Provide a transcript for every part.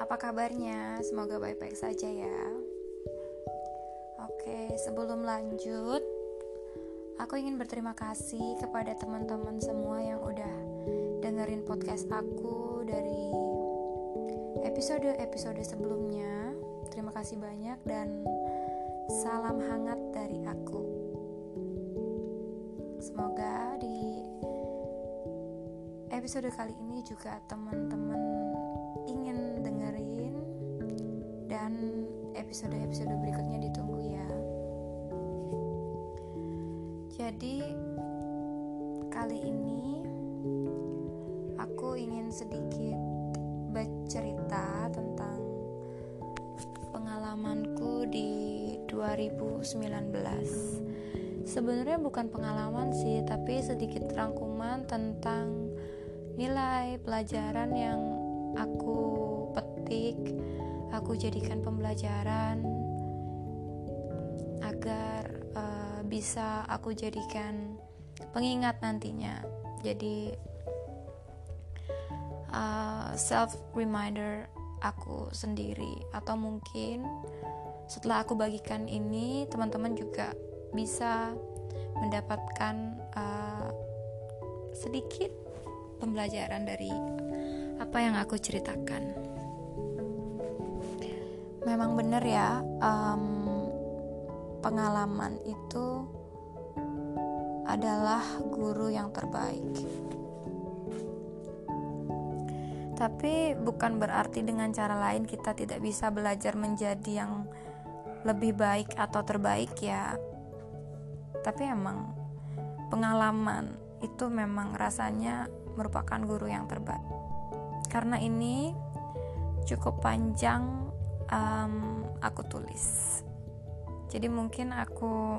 apa kabarnya? Semoga baik-baik saja ya. Oke, sebelum lanjut, aku ingin berterima kasih kepada teman-teman semua yang udah dengerin podcast aku dari episode-episode sebelumnya. Terima kasih banyak dan salam hangat dari aku. Semoga di episode kali ini juga teman-teman ingin dengerin dan episode-episode berikutnya ditunggu ya. Jadi kali ini aku ingin sedikit bercerita tentang pengalamanku di 2019. Sebenarnya bukan pengalaman sih, tapi sedikit rangkuman tentang nilai pelajaran yang aku petik, aku jadikan pembelajaran agar bisa aku jadikan pengingat nantinya. Jadi self reminder aku sendiri, atau mungkin setelah aku bagikan ini teman-teman juga bisa mendapatkan sedikit pembelajaran dari apa yang aku ceritakan. Memang benar ya, pengalaman itu adalah guru yang terbaik. Tapi bukan berarti dengan cara lain kita tidak bisa belajar menjadi yang lebih baik atau terbaik ya. Tapi emang pengalaman itu memang rasanya merupakan guru yang terbaik. Karena ini cukup panjang aku tulis. Jadi mungkin aku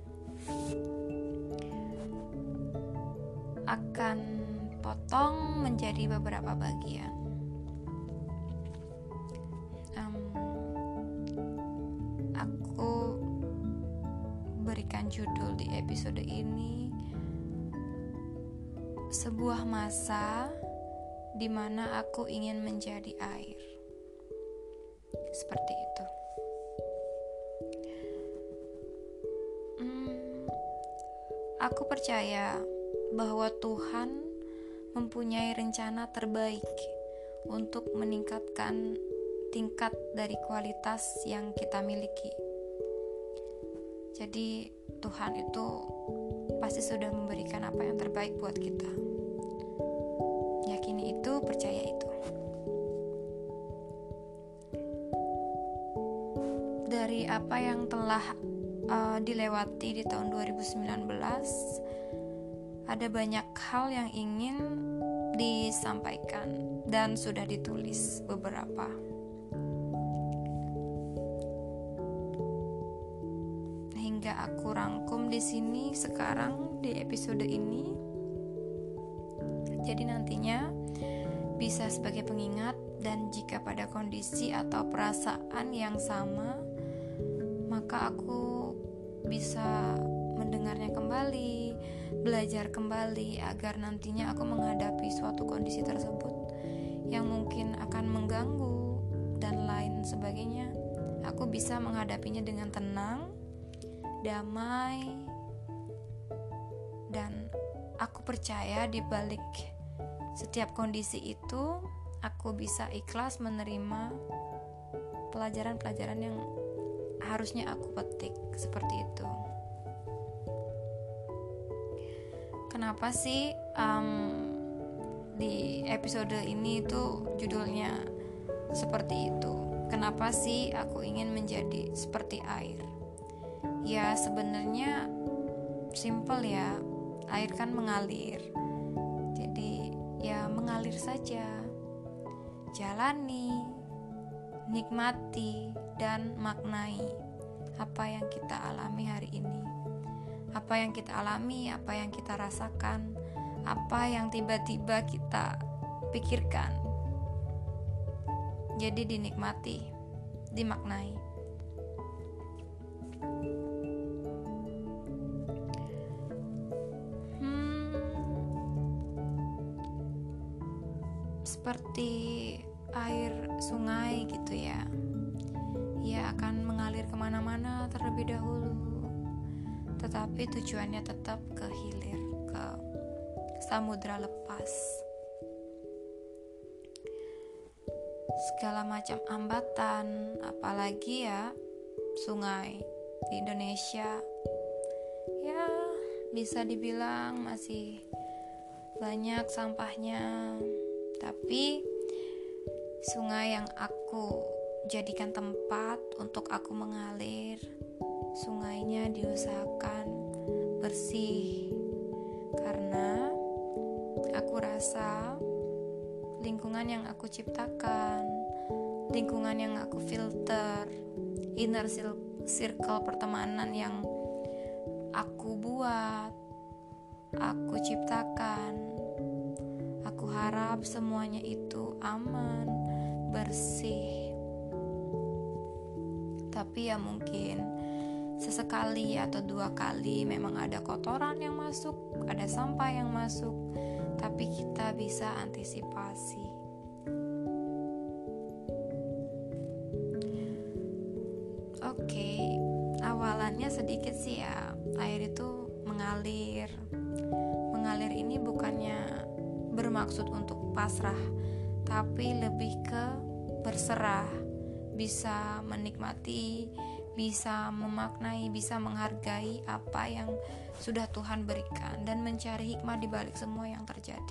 akan potong menjadi beberapa bagian. Aku berikan judul di episode ini, sebuah masa di mana aku ingin menjadi air. Seperti itu. Aku percaya bahwa Tuhan mempunyai rencana terbaik untuk meningkatkan tingkat dari kualitas yang kita miliki. Jadi Tuhan itu pasti sudah memberikan apa yang terbaik buat kita. Yakini itu, percaya itu. Dari apa yang telah dilewati di tahun 2019, ada banyak hal yang ingin disampaikan dan sudah ditulis beberapa. Hingga aku rangkum di sini sekarang di episode ini. Jadi nantinya bisa sebagai pengingat, dan jika pada kondisi atau perasaan yang sama, maka aku bisa mendengarnya kembali, belajar kembali agar nantinya aku menghadapi suatu kondisi tersebut yang mungkin akan mengganggu dan lain sebagainya. Aku bisa menghadapinya dengan tenang, damai, dan aku percaya di balik setiap kondisi itu aku bisa ikhlas menerima pelajaran-pelajaran yang harusnya aku petik. Seperti itu. Kenapa sih di episode ini tuh judulnya seperti itu? Kenapa sih aku ingin menjadi seperti air? Ya sebenarnya simple ya. Air kan mengalir. Jadi ya mengalir saja. Jalani, nikmati, dan maknai apa yang kita alami hari ini. Apa yang kita alami, apa yang kita rasakan, apa yang tiba-tiba kita pikirkan. Jadi dinikmati, dimaknai. Seperti air sungai gitu ya. Ia akan mengalir kemana-mana terlebih dahulu, tetapi tujuannya tetap ke hilir, ke samudra lepas. Segala macam hambatan, apalagi ya sungai di Indonesia, ya bisa dibilang masih banyak sampahnya. Tapi sungai yang aku jadikan tempat untuk aku mengalir, sungainya diusahakan bersih, karena aku rasa lingkungan yang aku ciptakan, lingkungan yang aku filter, inner circle pertemanan yang aku buat, aku ciptakan, aku harap semuanya itu aman, bersih. Tapi ya mungkin sesekali atau 2 kali memang ada kotoran yang masuk, ada sampah yang masuk, tapi kita bisa antisipasi. Oke, awalannya sedikit sih ya, air itu mengalir. Mengalir ini bukannya bermaksud untuk pasrah, tapi lebih ke berserah, bisa menikmati, bisa memaknai, bisa menghargai apa yang sudah Tuhan berikan dan mencari hikmah di balik semua yang terjadi.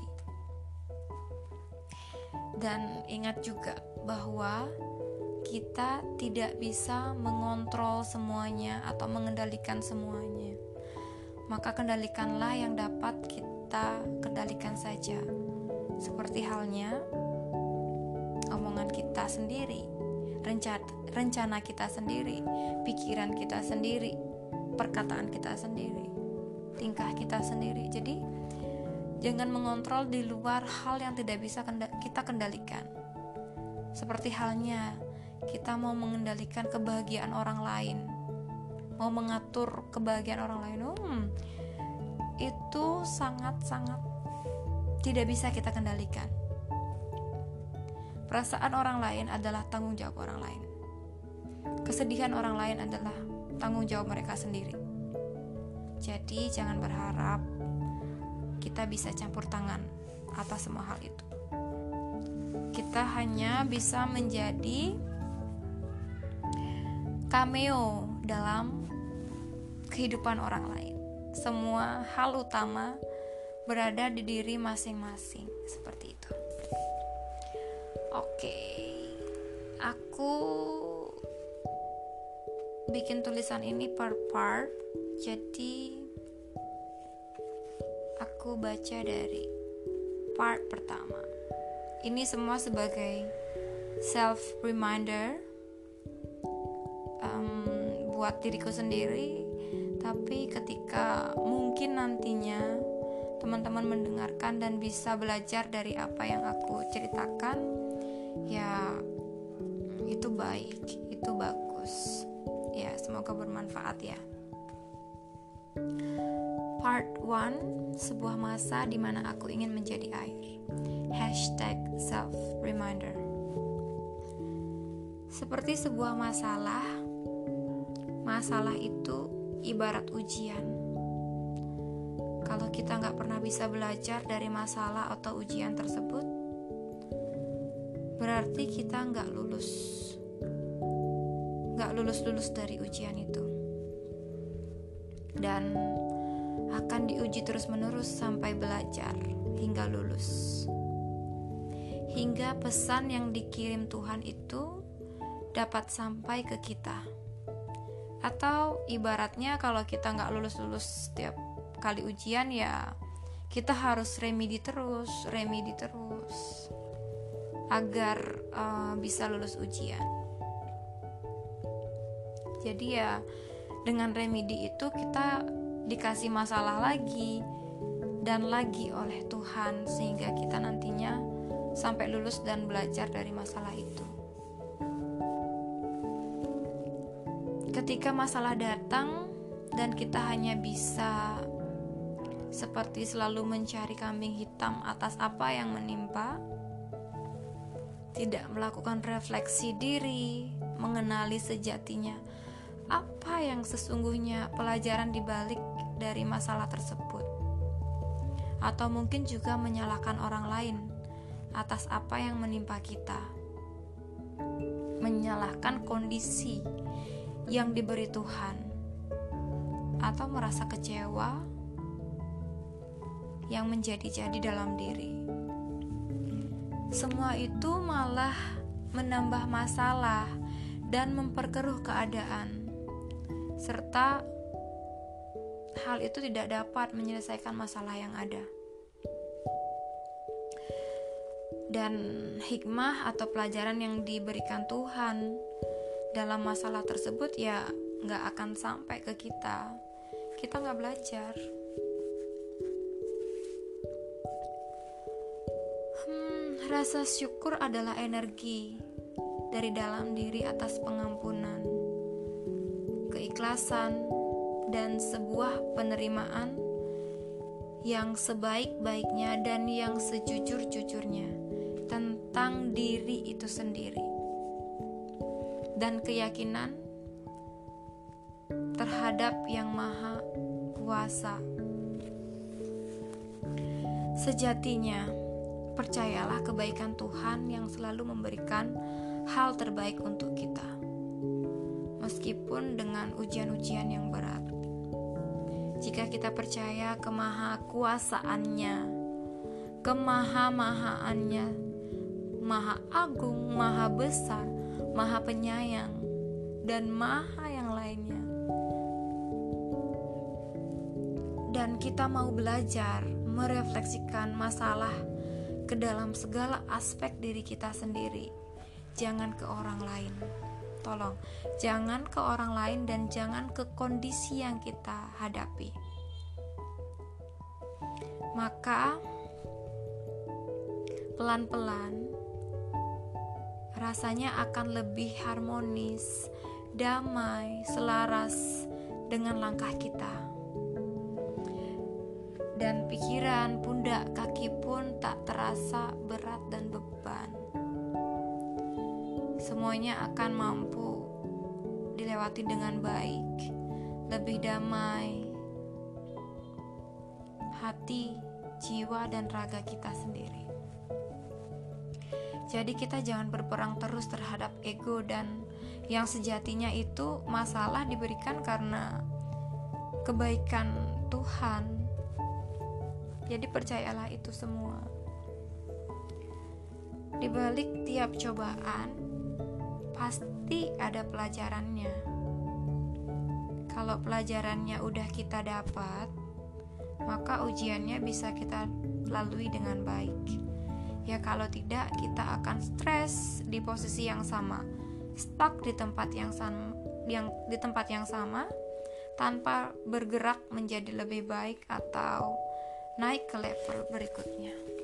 Dan ingat juga bahwa kita tidak bisa mengontrol semuanya atau mengendalikan semuanya. Maka kendalikanlah yang dapat kita kendalikan saja. Seperti halnya omongan kita sendiri, rencana kita sendiri, pikiran kita sendiri, perkataan kita sendiri, tingkah kita sendiri. Jadi jangan mengontrol di luar hal yang tidak bisa kita kendalikan. Seperti halnya kita mau mengendalikan kebahagiaan orang lain, mau mengatur kebahagiaan orang lain, itu sangat-sangat tidak bisa kita kendalikan. Perasaan orang lain adalah tanggung jawab orang lain. Kesedihan orang lain adalah tanggung jawab mereka sendiri. Jadi jangan berharap kita bisa campur tangan atas semua hal itu. Kita hanya bisa menjadi cameo dalam kehidupan orang lain. Semua hal utama berada di diri masing-masing, seperti itu. Oke, aku bikin tulisan ini per part, jadi aku baca dari part pertama. Ini semua sebagai self reminder buat diriku sendiri. Tapi ketika mungkin nantinya teman-teman mendengarkan dan bisa belajar dari apa yang aku ceritakan, ya itu baik, itu bagus. Ya, semoga bermanfaat ya. Part 1, sebuah masa di mana aku ingin menjadi air. #self-reminder. Seperti sebuah masalah itu ibarat ujian. Kalau kita gak pernah bisa belajar dari masalah atau ujian tersebut, berarti kita gak lulus dari ujian itu, dan akan diuji terus-menerus sampai belajar hingga lulus, hingga pesan yang dikirim Tuhan itu dapat sampai ke kita. Atau ibaratnya kalau kita gak lulus-lulus setiap kali ujian, ya kita harus remedi terus agar bisa lulus ujian. Jadi ya dengan remedi itu kita dikasih masalah lagi dan lagi oleh Tuhan, sehingga kita nantinya sampai lulus dan belajar dari masalah itu. Ketika masalah datang dan kita hanya bisa seperti selalu mencari kambing hitam atas apa yang menimpa, tidak melakukan refleksi diri, mengenali sejatinya apa yang sesungguhnya pelajaran dibalik dari masalah tersebut, atau mungkin juga menyalahkan orang lain atas apa yang menimpa kita, menyalahkan kondisi yang diberi Tuhan, atau merasa kecewa yang menjadi-jadi dalam diri. Semua itu malah menambah masalah dan memperkeruh keadaan, serta hal itu tidak dapat menyelesaikan masalah yang ada. Dan hikmah atau pelajaran yang diberikan Tuhan dalam masalah tersebut ya gak akan sampai ke kita. Kita gak belajar. Rasa syukur adalah energi dari dalam diri atas pengampunan, keikhlasan, dan sebuah penerimaan yang sebaik-baiknya dan yang sejujur-jujurnya tentang diri itu sendiri, dan keyakinan terhadap Yang Maha Kuasa. Sejatinya, percayalah kebaikan Tuhan yang selalu memberikan hal terbaik untuk kita, meskipun dengan ujian-ujian yang berat. Jika kita percaya kemahakuasaannya, kemaha-mahaannya, maha agung, maha besar, maha penyayang, dan maha yang lainnya, dan kita mau belajar merefleksikan masalah ke dalam segala aspek diri kita sendiri, jangan ke orang lain. Tolong, jangan ke orang lain dan jangan ke kondisi yang kita hadapi. Maka pelan-pelan rasanya akan lebih harmonis, damai, selaras dengan langkah kita. Dan pikiran, pundak, kaki pun tak terasa berat dan beban. Semuanya akan mampu dilewati dengan baik, lebih damai hati, jiwa, dan raga kita sendiri. Jadi kita jangan berperang terus terhadap ego, dan yang sejatinya itu masalah diberikan karena kebaikan Tuhan. Jadi percayalah itu semua. Di balik tiap cobaan pasti ada pelajarannya. Kalau pelajarannya udah kita dapat, maka ujiannya bisa kita lalui dengan baik. Ya kalau tidak, kita akan stres di posisi yang sama, stuck di tempat yang sama, tanpa bergerak menjadi lebih baik atau naik ke level berikutnya.